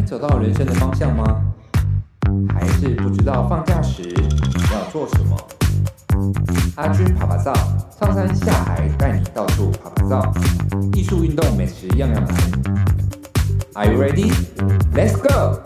找到人生的方向吗？还是不知道放假时要做什么？阿军爬爬照，上山下海带你到处爬爬照，艺术、运动、美食样样来。Are you ready? Let's go!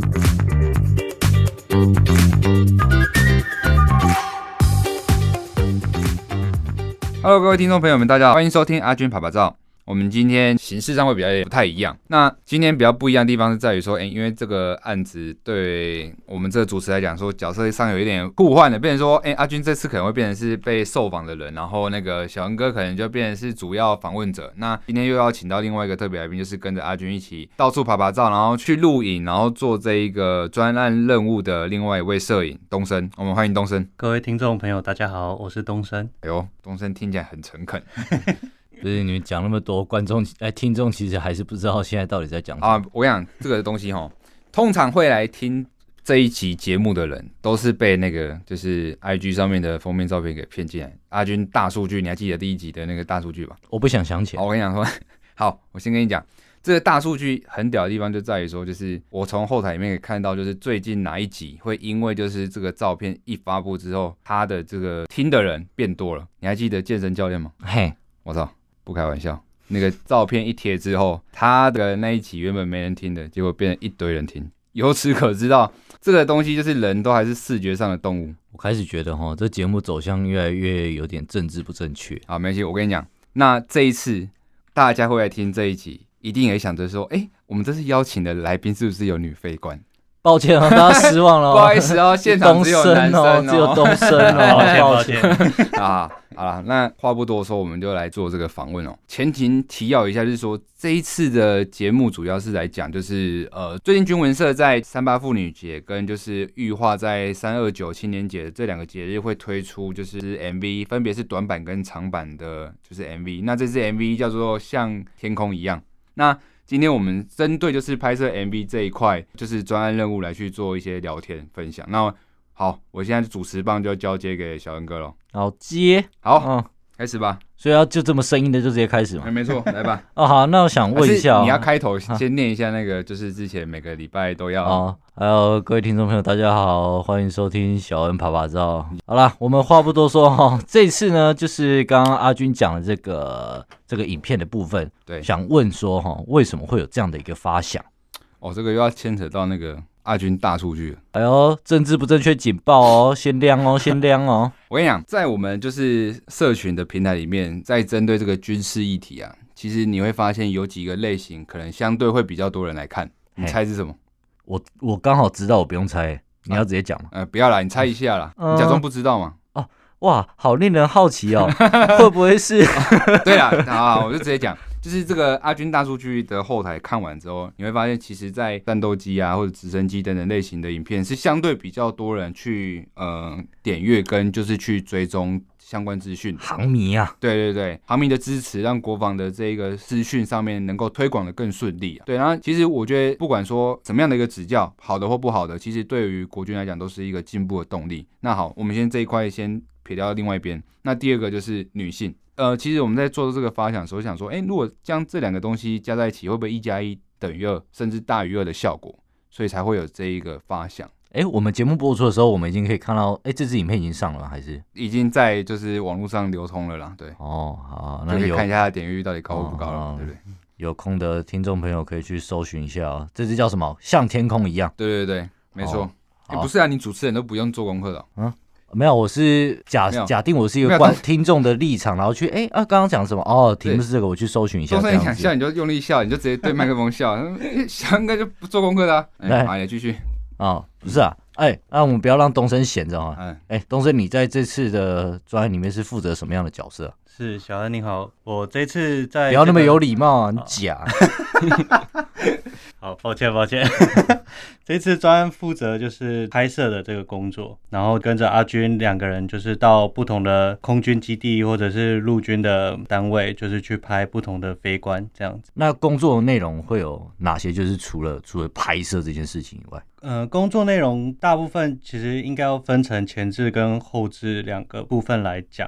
Hello， 各位听众朋友们，大家好，欢迎收听阿军爬爬照。我们今天形式上会比较不太一样。那今天比较不一样的地方是在于说，因为这个案子对我们这个主持来讲说，角色上有一点互换的，变成说，阿军这次可能会变成是被受访的人，然后那个小恩哥可能就变成是主要访问者。那今天又要请到另外一个特别来宾，就是跟着阿军一起到处爬爬照，然后去录影，然后做这一个专案任务的另外一位摄影东升。我们欢迎东升。 各位听众朋友，大家好，我是东升。 哎呦，东升听起来很诚恳。 不是你们讲那么多，听众其实还是不知道现在到底在讲什么啊！ 我跟你讲这个东西通常会来听这一集节目的人，都是被那个就是 IG 上面的封面照片给骗进来。阿军大数据，你还记得第一集的那个大数据吧？ 我不想想起来。 我跟你讲说，好，我先跟你讲，这个大数据很屌的地方就在于说，就是我从后台里面可以看到，就是最近哪一集会因为就是这个照片一发布之后，他的这个听的人变多了。你还记得健身教练吗？ 嘿， 我操！不开玩笑，那个照片一贴之后，他的那一集原本没人听的，结果变成一堆人听。由此可知道，这个东西就是人都还是视觉上的动物。 我开始觉得这节目走向越来越有点政治不正确。 好，没关系，我跟你讲，那这一次大家会来听这一集，一定也想着说，我们这次邀请的来宾是不是有女飞官？ 抱歉大家失望了。 不好意思现场只有男生只有东升抱歉啊。好了，那话不多说，我们就来做这个访问前情提要一下，就是说这一次的节目主要是来讲，就是最近军文社在38妇女节跟就是育化在329青年节这两个节日会推出就是 MV， 分别是短版跟长版的，就是 MV。那这支 MV 叫做像天空一样。那今天我们针对就是拍摄 MV 这一块，就是专案任务来去做一些聊天分享。那好，我现在主持棒就交接给小恩哥了。 好接， 好，开始吧。 所以就这么生硬的就直接开始嘛？ 没错，来吧。 好，那我想问一下， 你要开头先念一下那个，就是之前每个礼拜都要。 还有各位听众朋友，大家好，欢迎收听小恩爬爬照。好啦，我们话不多说这次呢，就是刚刚阿军讲的这个影片的部分， 对， 想问说为什么会有这样的一个发想？ 这个又要牵扯到那个阿军大数据了。 哎呦，政治不正确警报先亮先亮我跟你讲，在我们就是社群的平台里面，在针对这个军事议题啊，其实你会发现有几个类型可能相对会比较多人来看。你猜是什么？ 我刚好知道，我不用猜，你要直接讲吗？ 不要啦，你猜一下啦，你假装不知道嘛。 哇，好令人好奇会不会是？ 对啦，好，我就直接讲。就是这个阿军大数据的后台看完之后，你会发现，其实，在战斗机啊或者直升机等等类型的影片，是相对比较多人去点阅跟就是去追踪相关资讯。 航迷啊， 对，航迷的支持让国防的这个资讯上面能够推广的更顺利。对，然后其实我觉得，不管说怎么样的一个指教，好的或不好的，其实对于国军来讲都是一个进步的动力。那好，我们先这一块先撇掉另外一边。那第二个就是女性。其实我们在做这个发想的时候，想说，如果将这两个东西加在一起，会不会1+1等于2，甚至大于2的效果？所以才会有这一个发想。 我们节目播出的时候，我们已经可以看到，这支影片已经上了吗？还是已经在就是网络上流通了啦？对。 好，那就可以看一下它的点阅率到底高或不高了，对不对？ 有空的听众朋友可以去搜寻一下这支叫什么？像天空一样。 对，没错。不是啊，你主持人都不用做功课的。 没有，我是假定我是一个听众的立场，然后去刚刚讲什么？题目是这个，我去搜寻一下。 你想笑你就用力笑，你就直接对麦克风笑，笑应该就不做功课的啊。来，继续。 不是啊，那我们不要让东升闲着东升，你在这次的专案里面是负责什么样的角色？ 是小恩你好，我这次在不要那么有礼貌啊，你假。 好，抱歉。这次专案负责就是拍摄的这个工作，然后跟着阿军两个人就是到不同的空军基地或者是陆军的单位，就是去拍不同的飞官这样子。 那工作内容会有哪些？就是除了拍摄这件事情以外， 工作内容大部分其实应该要分成前置跟后置两个部分来讲。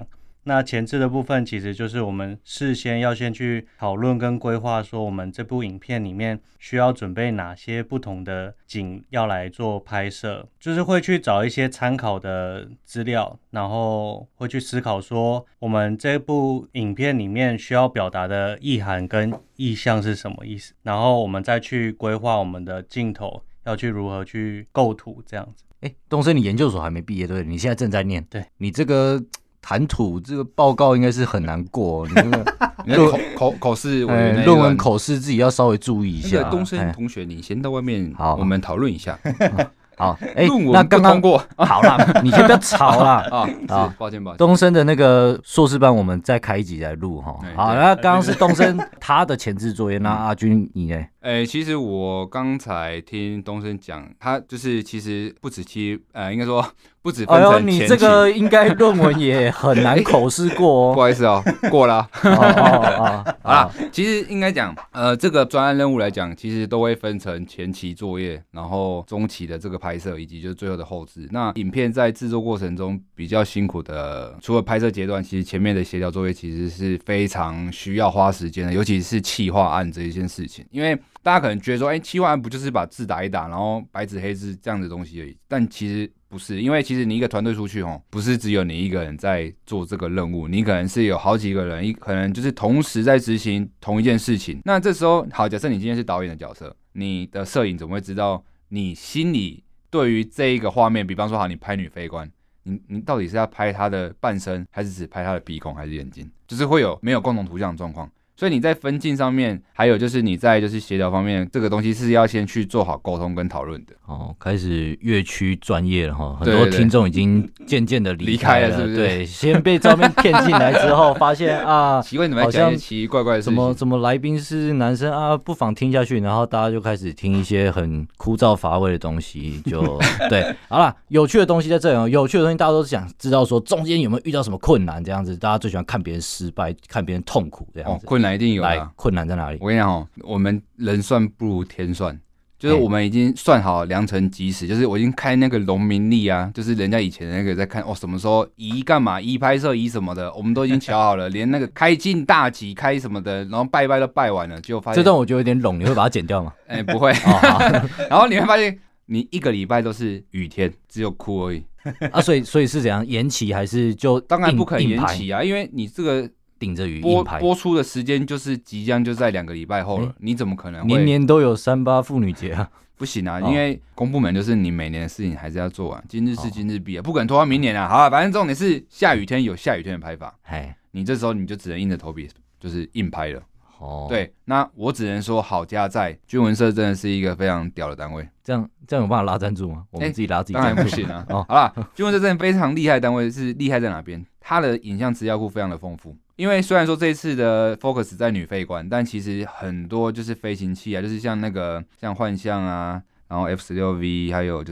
那前置的部分其实就是我们事先要先去讨论跟规划，说我们这部影片里面需要准备哪些不同的景要来做拍摄，就是会去找一些参考的资料，然后会去思考说我们这部影片里面需要表达的意涵跟意象是什么意思，然后我们再去规划我们的镜头要去如何去构图这样子。 东升，你研究所还没毕业对不对？你现在正在念， 对， 你这个谈吐这个报告应该是很难过，你这个你的口试，我觉得论文口试自己要稍微注意一下。 那个东升同学，你先到外面， 好， 我们讨论一下。 好， 论文那刚刚不通过， 好啦，你先不要吵啦。 啊，抱歉。 东升的那个硕士班，我们再开一集来录哈。好，那刚刚是东升他的前置作业，那阿军你呢？ 其实我刚才听东升讲，他就是其实不止应该说不止分成前期。 你这个应该论文也很难口试过哦。 不好意思哦，过了。好啦，其实应该讲，这个专案任务来讲，其实都会分成前期作业，然后中期的这个拍摄，以及就是最后的后制。那影片在制作过程中比较辛苦的，除了拍摄阶段，其实前面的协调作业其实是非常需要花时间的，尤其是企划案这一件事情，因为大家可能觉得说，企划案不就是把字打一打，然后白纸黑字这样的东西而已？但其实不是，因为其实你一个团队出去不是只有你一个人在做这个任务，你可能是有好几个人，可能就是同时在执行同一件事情。那这时候，好，假设你今天是导演的角色，你的摄影怎么会知道你心里对于这一个画面，比方说好，你拍女飞官，你到底是要拍她的半身，还是只拍她的鼻孔还是眼睛？就是会有没有共同图像的状况。所以你在分镜上面，还有就是你在就是协调方面，这个东西是要先去做好沟通跟讨论的。 开始越趋专业了哈，很多听众已经渐渐的离开了， 是不是？ 对，先被照片骗进来之后，发现啊， 奇怪，你们在讲一些奇奇怪怪的事情， 怎么来宾是男生啊，不妨听下去，然后大家就开始听一些很枯燥乏味的东西，就对，好啦，有趣的东西在这里哦，有趣的东西大家都想知道说中间有没有遇到什么困难这样子，大家最喜欢看别人失败，看别人痛苦这样子， 困难一定有来，困难在哪里？ 我跟你讲我们人算不如天算。就是我们已经算好良辰吉时，就是我已经开那个农民历啊，就是人家以前那个在看什么时候移干嘛，移拍摄移什么的，我们都已经瞧好了，连那个开进大吉开什么的，然后拜都拜完了，就发现这段我觉得有点拢，你会把它剪掉吗？ 不会。然后你会发现，你一个礼拜都是雨天，只有哭而已啊，所以是怎样延期还是就当然不可能延期啊，因为你这个。 顶着雨播出的时间就是即将就在2个礼拜后了，你怎么可能会年年都有38妇女节啊？ 不行啊，因为公部门就是你每年的事情还是要做完，今日事今日毕啊，不可能拖到明年啊。好啊，反正重点是下雨天有下雨天的拍法，你这时候你就只能硬着头皮就是硬拍了。对，那我只能说好家在军文社真的是一个非常屌的单位。 这样有办法拉赞助吗？我们自己拉自己赞助？ 当然不行啊。好啦，军文社真的非常厉害的单位，是厉害在哪边？它的影像资料库非常的丰富。因为虽然说这一次的 focus 在女飞官，但其实很多就是飞行器啊，就是像幻象啊，然后 F-16V， 还有就是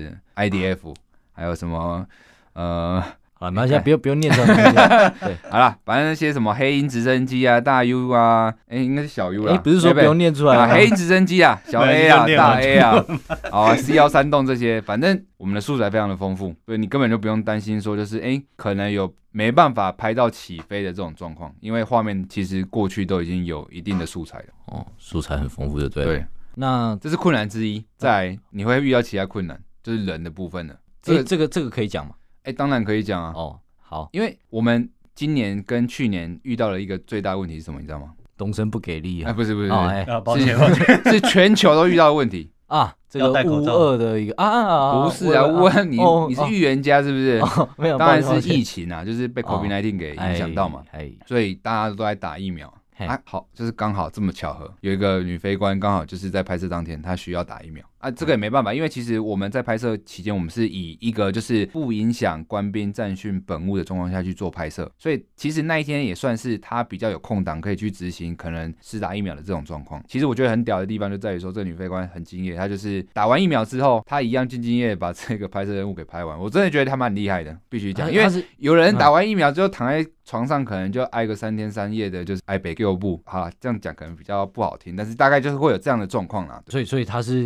IDF， 还有什么好，没关系，不用念出来。对， 好啦，反正那些什么黑鹰直升机啊、大 U 啊，应该是小 U 啦。 不是说不用念出来黑鹰直升机啊、小 A 啊、大 A 啊，好啊 C13栋这些，反正我们的素材非常的丰富，所以你根本就不用担心说就是可能有没办法拍到起飞的这种状况，因为画面其实过去都已经有一定的素材了。 素材很丰富的，对。 对，那这是困难之一。再来你会遇到其他困难，就是人的部分了。 这个可以讲吗？ 当然可以讲啊。 好， 因为我们今年跟去年遇到了一个最大问题是什么？你知道吗？ 东升不给力啊！ 不是， 抱歉， 是全球都遇到的问题啊。这个乌俄的一个不是啊，乌俄你是预言家是不是？ 没有， 当然是疫情啊，就是被 COVID-19 给影响到嘛，所以大家都在打疫苗。好，就是刚好这么巧合，有一个女飞官刚好就是在拍摄当天，她需要打疫苗啊，这个也没办法，因为其实我们在拍摄期间，我们是以一个就是不影响官兵战训本务的状况下去做拍摄，所以其实那一天也算是她比较有空档可以去执行可能施打疫苗的这种状况。其实我觉得很屌的地方就在于说，这个女飞官很敬业，她就是打完疫苗之后，她一样兢兢业业把这个拍摄任务给拍完，我真的觉得她蛮厉害的，必须讲，因为有人打完疫苗之后躺在床上可能就挨个3天3夜的，就是挨北救部，好，这样讲可能比较不好听，但是大概就是会有这样的状况啦。 所以他是硬飞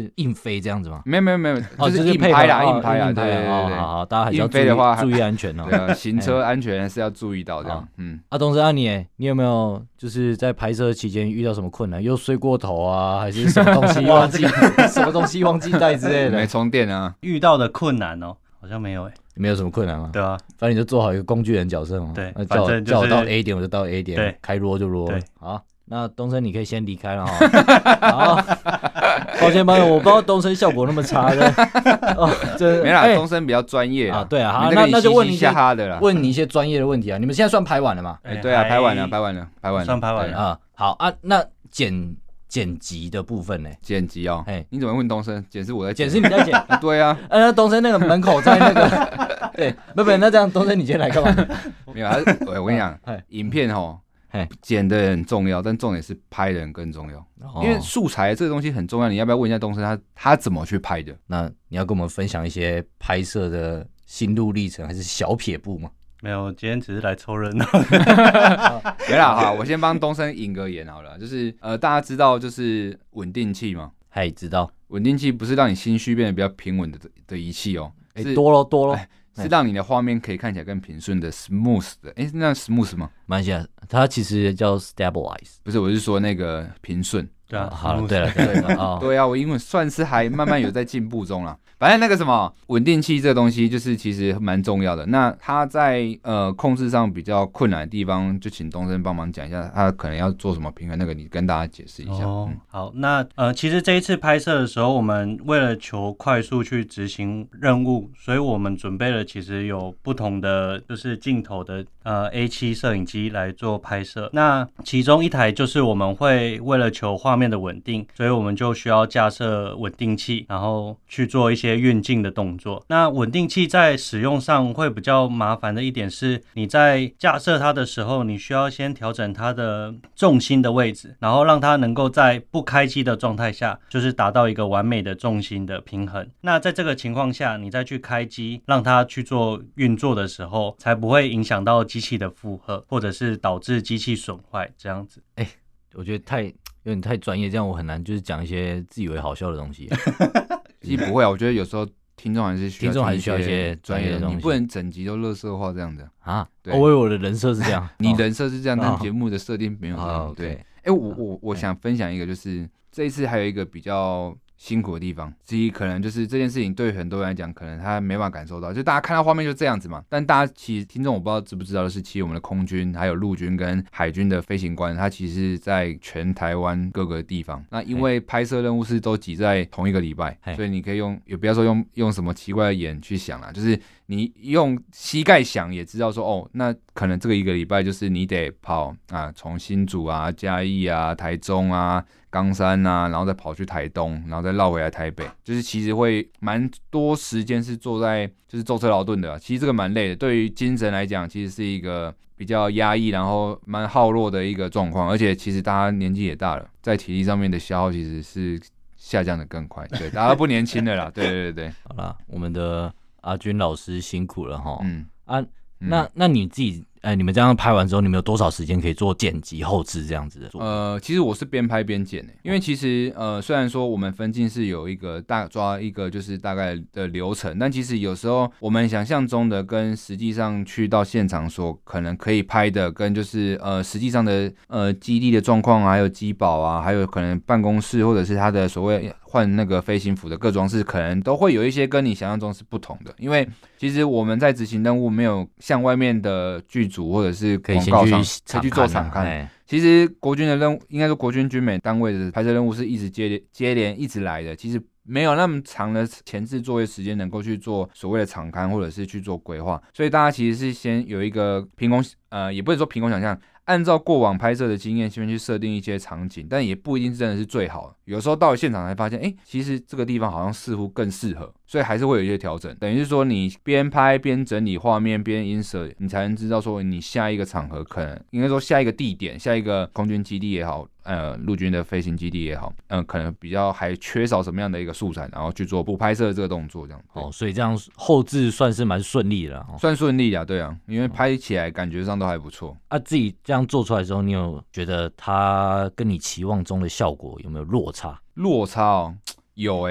飞这样子吗？ 没有，就是硬配拍啦， 合硬拍啦，对， 好，大家还是要硬飞的话注意安全哦。 对啊，行车安全是要注意到这样。 东升你有没有就是在拍摄期间遇到什么困难？又睡过头啊，还是什么东西忘记什么东西忘记带之类的？ 没充电啊， 遇到的困难哦，好像没有没有什么困难吗？ 对啊， 反正你就做好一个工具人角色嘛。 对， 叫反正叫我到 A 点我就到 A 点， 对， 开弱就弱。 对， 好，那东升你可以先离开了哈。好，抱歉，我不知道东升效果那么差的。 没啦，东升比较专业啊。 对啊，好，那就问你问你一些专业的问题啊。你们现在算拍完了吗？ 对啊，拍完了， 算拍完了啊。好啊，那剪辑的部分呢？ 剪辑哦，你怎么问东升？剪是我在剪， 是你在剪。 对啊， 那东升那个门口在那个，对，不，那这样东升你今天来干嘛？ 没有，我跟你讲，影片剪的很重要，但重点是拍的人更重要，因为素材这个东西很重要。你要不要问一下东升他怎么去拍的？ 那你要跟我们分享一些拍摄的心路历程，还是小撇步吗？ 没有，今天只是来凑热闹。 没啦，好，我先帮东升引个言好了，就是大家知道就是稳定器吗？ 知道。 稳定器不是让你心绪变得比较平稳的仪器哦， 多咯。 是让你的画面可以看起来更平顺的 smooth 的。那 smooth 吗？ 没关系啊，它其实叫 stabilize。 不是，我是说那个平顺。 对啊， 好了，对了， 对啊，我英文算是还慢慢有在进步中啦。反正那个什么稳定器这个东西，就是其实蛮重要的。那它在控制上比较困难的地方，就请东升帮忙讲一下，他可能要做什么平衡，那个你跟大家解释一下。 好，那其实这一次拍摄的时候，我们为了求快速去执行任务，所以我们准备了其实有不同的就是镜头的A7 摄影机来做拍摄。那其中一台就是我们会为了求画面的稳定，所以我们就需要架设稳定器，然后去做一些运镜的动作。那稳定器在使用上会比较麻烦的一点是，你在架设它的时候，你需要先调整它的重心的位置，然后让它能够在不开机的状态下，就是达到一个完美的重心的平衡。那在这个情况下，你再去开机，让它去做运作的时候，才不会影响到机器的负荷，或者是导致机器损坏这样子。 我觉得有点太专业，这样我很难就是讲一些自以为好笑的东西。 其实不会啊，我觉得有时候听众还是需要一些专业的东西， 你不能整集都垃圾化这样的啊。我以为我的人设是这样， 你人设是这样，但节目的设定没有这样。对，我想分享一个，就是这一次还有一个比较辛苦的地方，其实可能就是这件事情对很多人来讲，可能他没办法感受到，就大家看到画面就这样子嘛。但大家其实听众我不知道知不知道的是，其实我们的空军、还有陆军跟海军的飞行官，他其实是在全台湾各个地方。那因为拍摄任务是都挤在同一个礼拜，所以你可以也不要说用什么奇怪的眼去想啦，就是你用膝盖想也知道说，那可能这个一个礼拜就是你得跑啊，从新竹啊、嘉义啊、台中啊、冈山啊，然后再跑去台东，然后再绕回来台北，就是其实会蛮多时间是坐在就是舟车劳顿的，其实这个蛮累的，对于精神来讲，其实是一个比较压抑，然后蛮耗弱的一个状况，而且其实大家年纪也大了，在体力上面的消耗其实是下降的更快，对，大家都不年轻了啦，对。 好啦，我们的阿军老师辛苦了齁。那你自己你们这样拍完之后，你们有多少时间可以做剪辑后制这样子的？ 其实我是边拍边剪的，因为其实虽然说我们分镜是有一个抓一个就是大概的流程，但其实有时候我们想象中的跟实际上去到现场所可能可以拍的，跟就是实际上的基地的状况啊，还有机保啊，还有可能办公室或者是他的所谓换那个飞行服的各装饰，可能都会有一些跟你想象中是不同的，因为其实我们在执行任务没有像外面的剧组或者是广告商可以去做场看。其实国军的任务，应该说国军军美单位的拍摄任务是一直接连一直来的，其实没有那么长的前置作业时间能够去做所谓的场勘或者是去做规划，所以大家其实是先有一个凭空也不能说凭空想象，按照过往拍摄的经验先去设定一些场景，但也不一定真的是最好的，有时候到了现场才发现其实这个地方好像似乎更适合，所以还是会有一些调整，等于是说你边拍边整理画面边insert，你才能知道说你下一个场合可能应该说下一个地点，下一个空军基地也好陆军的飞行基地也好可能比较还缺少什么样的一个素材，然后去做补拍摄这个动作这样。 所以这样后置算是蛮顺利的啦。 算顺利啦，对啊，因为拍起来感觉上都还不错。 自己这样做出来之后，你有觉得它跟你期望中的效果有没有落差？ 落差有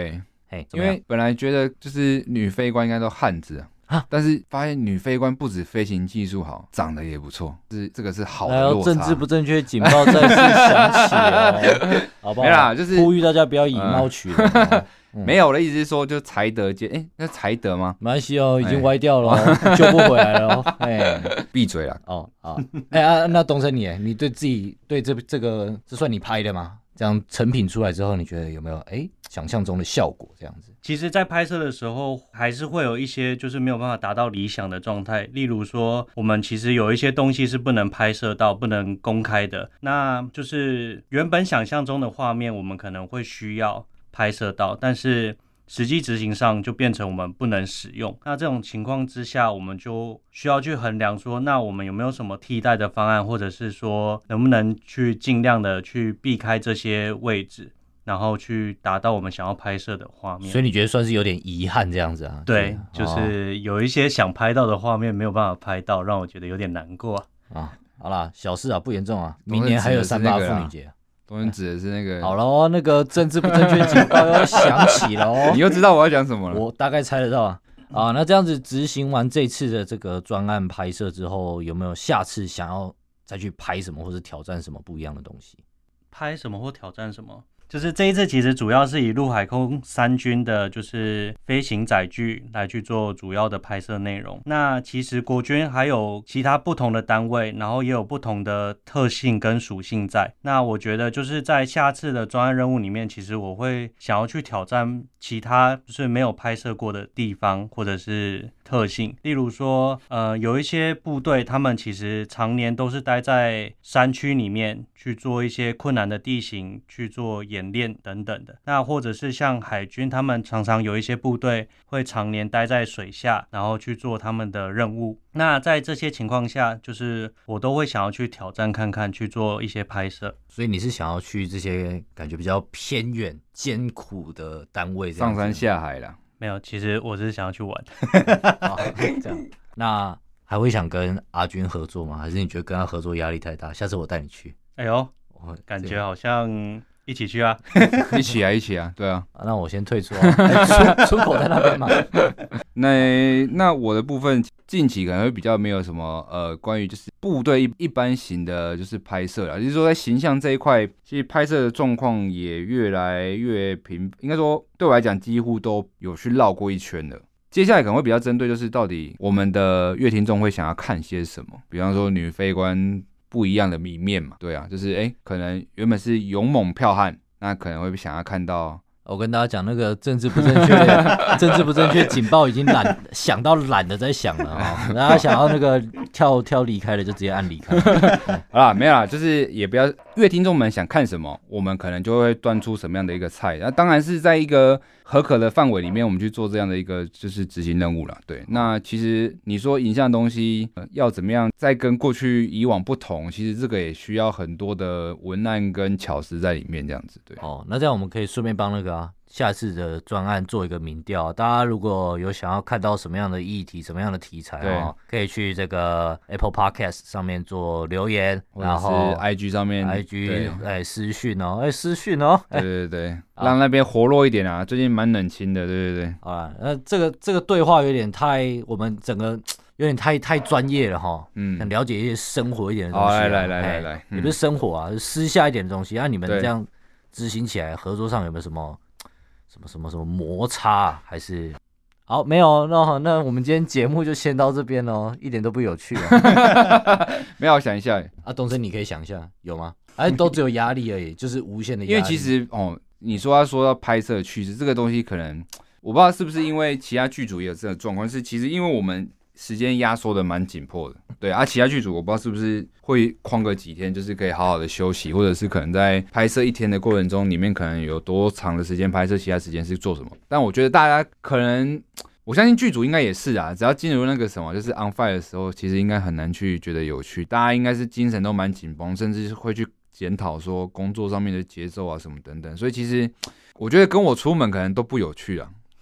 因为本来觉得就是女飞官应该都汉子但是发现女飞官不止飞行技术好，长得也不错，这个是好的落差。 政治不正确警报再次响起哦，好不好？ 没啦，就是呼吁大家不要以貌取人。 没有的意思是说，就才德兼那才德吗？ 没关系哦，已经歪掉了救不回来了闭嘴啦！ 那东升你对自己对这个这算你拍的吗？这样成品出来之后，你觉得有没有想象中的效果？这样子， 其实，在拍摄的时候，还是会有一些就是没有办法达到理想的状态。例如说，我们其实有一些东西是不能拍摄到、不能公开的。那就是原本想象中的画面，我们可能会需要拍摄到，但是实际执行上就变成我们不能使用。那这种情况之下，我们就需要去衡量说，那我们有没有什么替代的方案，或者是说能不能去尽量的去避开这些位置，然后去达到我们想要拍摄的画面。 所以你觉得算是有点遗憾这样子啊？ 对，就是有一些想拍到的画面没有办法拍到，让我觉得有点难过好啦，小事不严重明年还有38妇女节。 东升指的是那个， 好了那个政治不正确警报要响起了你又知道我要讲什么了？ 我大概猜得到那这样子执行完这次的这个专案拍摄之后，有没有下次想要再去拍什么，或者挑战什么不一样的东西？ 拍什么或挑战什么？就是这一次其实主要是以陆海空三军的就是飞行载具来去做主要的拍摄内容。那其实国军还有其他不同的单位，然后也有不同的特性跟属性在。那我觉得就是在下次的专案任务里面，其实我会想要去挑战其他就是没有拍摄过的地方或者是特性。例如说有一些部队他们其实常年都是待在山区里面去做一些困难的地形去做演练等等的。那或者是像海军，他们常常有一些部队会常年待在水下，然后去做他们的任务。那在这些情况下，就是我都会想要去挑战看看，去做一些拍摄。 所以你是想要去这些感觉比较偏远、艰苦的单位， 上山下海啦？ 没有，其实我是想要去玩。 这样，那还会想跟阿军合作吗？还是你觉得跟他合作压力太大？下次我带你去。 哎呦，感觉好像一起去啊， 一起啊，对啊。 那我先退出出口在那边嘛。 那我的部分近期可能会比较没有什么关于就是部队一般型的就是拍摄啦，就是说在形象这一块，其实拍摄的状况也越来越应该说对我来讲几乎都有去绕过一圈了。接下来可能会比较针对就是到底我们的乐听众会想要看些什么，比方说女飞官不一样的一面嘛，对啊，就是可能原本是勇猛剽悍，那可能会想要看到。 我跟大家讲，那个政治不正确警报已经想到懒得再想了大家想要那个跳离开了就直接按离开。 好啦，没有啦，就是也不要乐听众们想看什么，我们可能就会端出什么样的一个菜。那当然是在一个合可的范围里面，我们去做这样的一个就是执行任务啦。对，那其实你说影像的东西要怎么样再跟过去以往不同，其实这个也需要很多的文案跟巧思在里面，这样子。对， 那这样我们可以顺便帮那个下次的专案做一个民调，大家如果有想要看到什么样的议题、什么样的题材可以去这个 Apple Podcast 上面做留言，然后 IG 上面私讯私讯对，让那边活络一点啊，最近蛮冷清的，对。 好啦，那这个对话有点我们整个有点太专业了很了解一些生活一点的东西。 来， 也不是生活是私下一点的东西。你们这样执行起来，合作上有没有什么摩擦还是好没有？那我们今天节目就先到这边一点都不有趣没有，我想一下东升你可以想一下有吗？还是都只有压力而已，就是无限的压力？ 因为其实你说到拍摄趋势这个东西，可能我不知道是不是因为其他剧组也有这个状况，是其实因为我们时间压缩的蛮紧迫的，对其他剧组我不知道是不是会框个几天，就是可以好好的休息，或者是可能在拍摄一天的过程中，里面可能有多长的时间拍摄，其他时间是做什么。但我觉得大家可能，我相信剧组应该也是只要进入那个什么就是 on fire 的时候，其实应该很难去觉得有趣，大家应该是精神都蛮紧绷，甚至会去检讨说工作上面的节奏什么等等。所以其实我觉得跟我出门可能都不有趣对。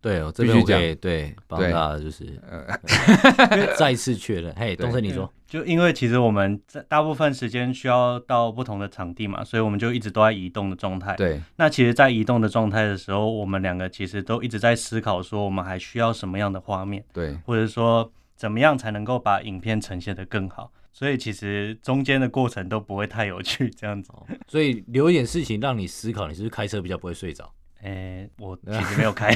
对哦，这边我可以对帮大家就是再次确认。嘿，东升你说， 就因为其实我们大部分时间需要到不同的场地嘛，所以我们就一直都在移动的状态。 对， 那其实，在移动的状态的时候，我们两个其实都一直在思考说，我们还需要什么样的画面， 对， 或者说怎么样才能够把影片呈现得更好。所以其实中间的过程都不会太有趣，这样子。 所以留一点事情让你思考，你是不是开车比较不会睡着？ 我其实没有开。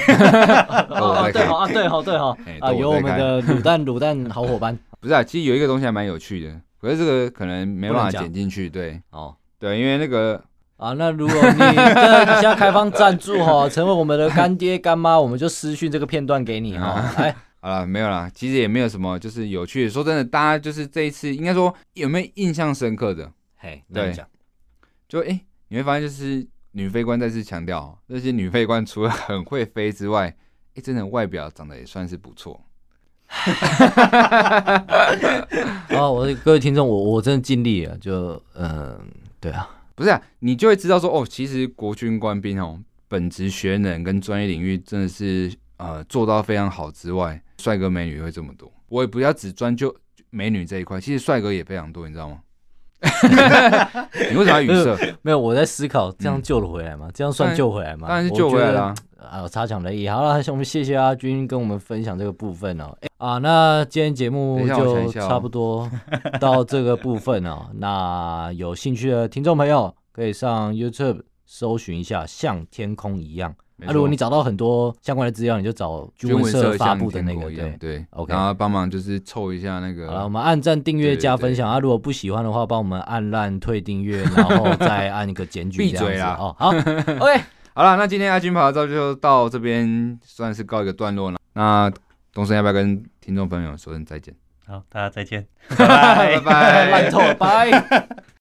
对哈，有我们的卤蛋好伙伴。 不是啊，其实有一个东西还蛮有趣的，可是这个可能没办法剪进去，对，对，因为那个那如果你现在开放赞助成为我们的干爹干妈，我们就私讯这个片段给你哎。 好了，没有啦，其实也没有什么，就是有趣的。说真的，大家就是这一次，应该说有没有印象深刻的？ 嘿， 对，就你会发现，就是女飞官再次强调，这些女飞官除了很会飞之外，真的外表长得也算是不错。 各位听众，我真的尽力了，就对啊， 不是啊，你就会知道说，其实国军官兵本职学能跟专业领域真的是做到非常好之外，帅哥美女会这么多。我也不要只专就美女这一块，其实帅哥也非常多，你知道吗？你为什么要语塞？ 没有，我在思考，这样救了回来吗？这样算救回来吗？ 当然是救回来了差强人意。好了，我们谢谢阿军跟我们分享这个部分那今天节目就差不多到这个部分那有兴趣的听众朋友可以上 YouTube 搜寻一下《像天空一样》。如果你找到很多相关的资料，你就找军文社发布的那个， 对 ，OK， 然后帮忙就是凑一下那个。 好了，我们按赞、订阅、加分享。如果不喜欢的话，帮我们按烂、退订阅，然后再按一个检举。 闭嘴啦！ 好 ，OK， 好了，那今天阿军跑照就到这边，算是告一个段落了。那东升要不要跟听众朋友说声再见？ 好，大家再见， 拜拜， 烂透了，拜。